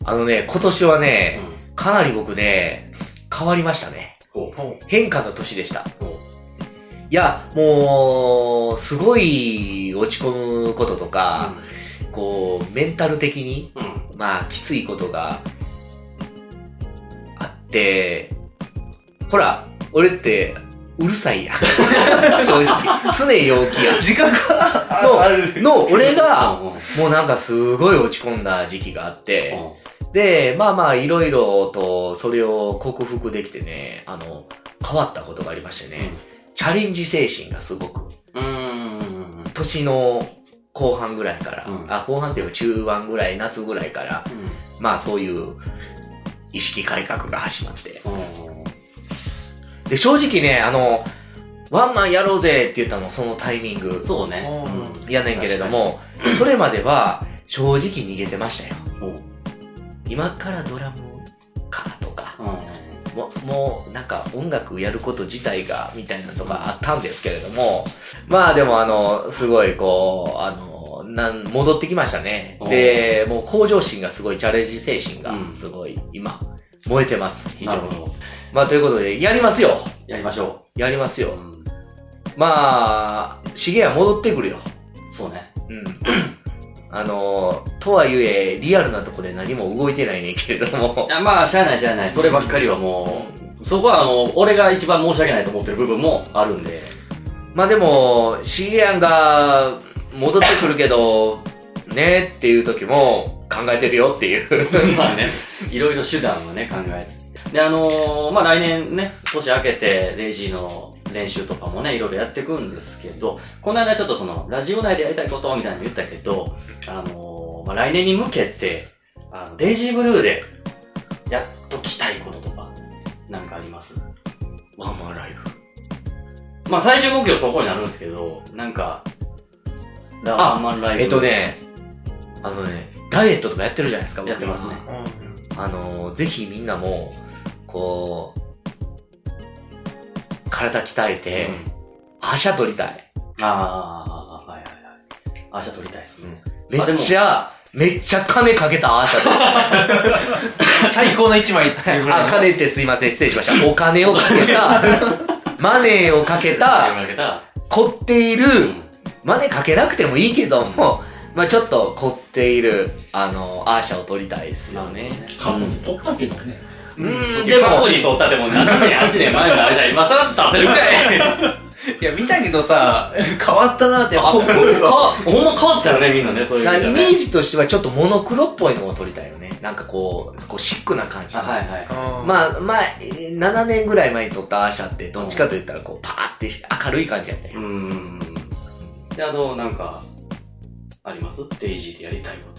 今年はね、かなり僕ね、変わりましたね。変化の年でした。いや、もう、すごい落ち込むこととか、こう、メンタル的に、まあ、きついことがあって、ほら、俺って、うるさいやん。正直。常陽気やん。 時間がある。 俺が、もうなんかすごい落ち込んだ時期があって、で、まあまあ、いろいろと、それを克服できてね、変わったことがありましてね、チャレンジ精神がすごく、年の後半ぐらいから、後半っていうか中盤ぐらい、夏ぐらいから、まあそういう意識改革が始まって、で、正直ね、ワンマンやろうぜって言ったのそのタイミング。 そうね。 やねんけれども、それまでは正直逃げてましたよ。今からドラムかとか、もうなんか音楽やること自体がみたいなのとかあったんですけれども、まあでもすごいこう、戻ってきましたね。で、もう向上心がすごい、チャレンジ精神がすごい、今、燃えてます、非常に。まあということで、やりますよ。 やりましょう。やりますよ。まあ、シゲは戻ってくるよ。 そうね。 とはいえ、リアルなとこで何も動いてないねんけれども。 いや、まあ、しゃあない。そればっかりはもう、そこは俺が一番申し訳ないと思ってる部分もあるんで。 まあでも、シゲアンが戻ってくるけど、ねっていう時も考えてるよっていう。 まあね、いろいろ手段はね、考えつつ。で、まあ来年ね、年明けて、レイジーの練習とかもね、いろいろやっていくんですけど、この間ちょっとラジオ内でやりたいことみたいなの言ったけど、まあ来年に向けて、デイジーブルーでやっときたいこととか、なんかあります？ ワンマンライブ。 まあ最終目標そこになるんですけど、なんか、ワンマンライブ。 ダイエットとかやってるじゃないですか、僕やってますね。 ぜひみんなも、こう、体鍛えて、アーシャ取りたい。 はい。アーシャ取りたいですね。 めっちゃ金かけたアーシャ取りたい。 最高の一枚っていうぐらい。 金ってすいません、失礼しました。お金をかけた、マネーをかけた、凝っている、マネーかけなくてもいいけども、まあちょっと凝っている、アーシャを取りたいですよね。 過去に取ったけどね。 でも。過去に取ったでも7年、8年前のあれじゃ今更出せるかい。 いや、見たけどさ、変わったなってほんま変わったよね、みんなね、そういう。 イメージとしてはちょっとモノクロっぽいのを撮りたいよね。なんかこうシックな感じ。まあ、7年ぐらい前に撮ったアーシャって、どっちかと言ったらこう、パーって明るい感じやったよ。 で、なんか、あります？デイジーでやりたいこと。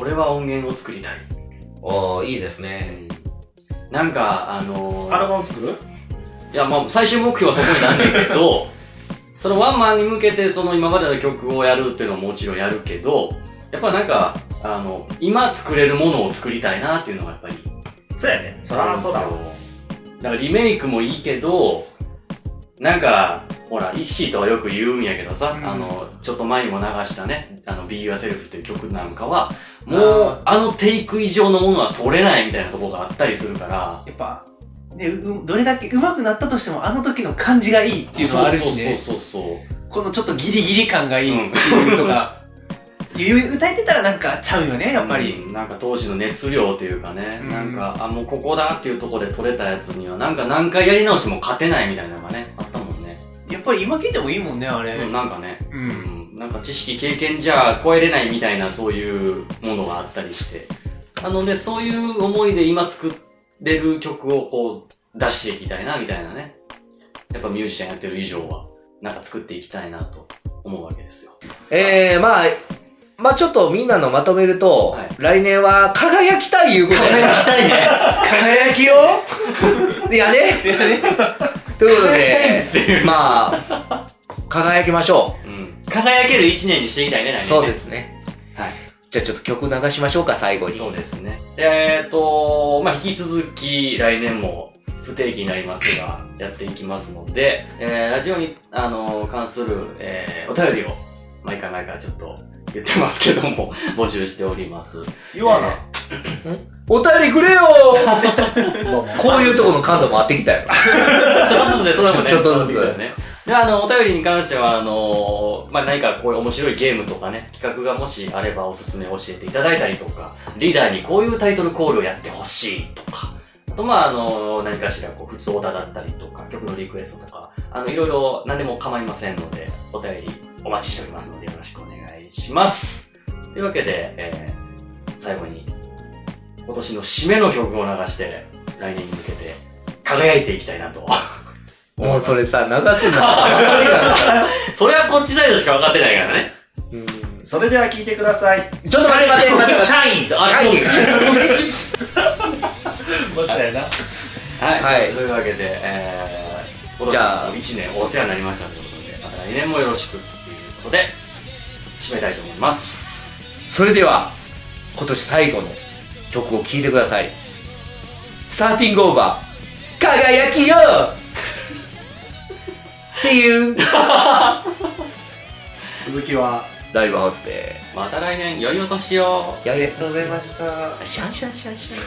俺は音源を作りたい。 いいですね。 なんか、 アルバム作る？ いや、まあ、最終目標はそこになんねんけど、そのワンマンに向けて、今までの曲をやるっていうのももちろんやるけど、やっぱなんか、今作れるものを作りたいなっていうのがやっぱり。 そうやね。そらそうだわ。 だからリメイクもいいけど、なんか、ほら、イッシーとはよく言うんやけどさ、ちょっと前にも流したね、Be Yourself っていう曲なんかは、もう、テイク以上のものは取れないみたいなところがあったりするから。 やっぱ、ね、どれだけ上手くなったとしても、あの時の感じがいいっていうのはあるしね。 そう。 このちょっとギリギリ感がいいっていうとか、歌えてたらなんかちゃうよね、やっぱり。 なんか当時の熱量というかね、なんか、もうここだっていうところで取れたやつには、なんか何回やり直しても勝てないみたいなのがね、あったもんね。 やっぱり今聞いてもいいもんね、あれ。 なんかね、なんか知識経験じゃ超えれないみたいなそういうものがあったりして。で、そういう思いで今作れる曲をこう出していきたいなみたいなね。やっぱミュージシャンやってる以上は、なんか作っていきたいなと思うわけですよ。 まあちょっとみんなのまとめると、来年は輝きたいいうことで。 輝きたいね。 輝きをやね。ということで、まあ、輝きましょう。輝ける一年にしていきたいね、来年ね。 そうですね。はい。じゃあちょっと曲流しましょうか、最後に。 そうですね。まあ引き続き来年も不定期になりますが、やっていきますので、ラジオに、関する、お便りを、毎回ちょっと言ってますけども、募集しております。 言わな。 お便りくれよこういうところの感度も合ってきたよ。 ちょっとずつね、それもね。 ちょっとずつ。 ね。で、お便りに関しては、まあ、何かこういう面白いゲームとかね、企画がもしあればおすすめ教えていただいたりとか、リーダーにこういうタイトルコールをやってほしいとか、あと、まあ、何かしら、こう、普通オタだったりとか、曲のリクエストとか、いろいろ何でも構いませんので、お便りお待ちしておりますので、よろしくお願いします。というわけで、最後に、今年の締めの曲を流して、来年に向けて輝いていきたいなと。 もうそれさ、流すな。 それはこっちサイドしか分かってないからね。 それでは聞いてください。 ちょっと待って。 シャインと、 シャイン。 もちろんな。 はい。というわけで、じゃあ、1年お世話になりましたということで、また来年もよろしくということで、締めたいと思います。 それでは、今年最後の曲を聴いてください。スターティングオーバー、輝きよSee you 続きは、 ライブハウスで。 また来年、良いお年を。 ありがとうございました。シャンシャンシャンシャンシャン。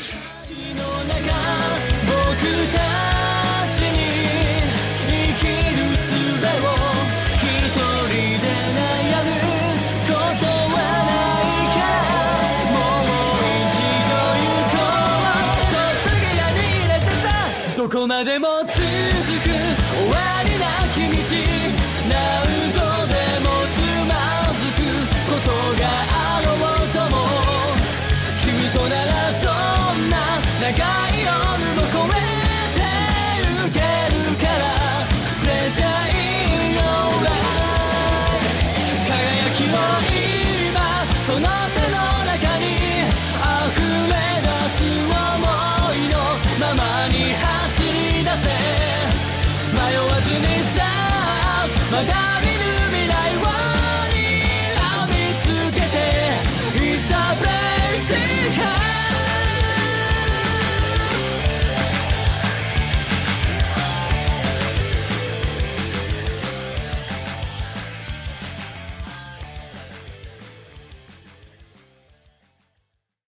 どこまでも続く終わりなき道、何度でもつまずくことがあろうとも、君とならどんな長い夜も越えてゆけるから、プレジャー in your life、 輝きを今その手の中に溢れ出す想いのままに迷わずにさあまだ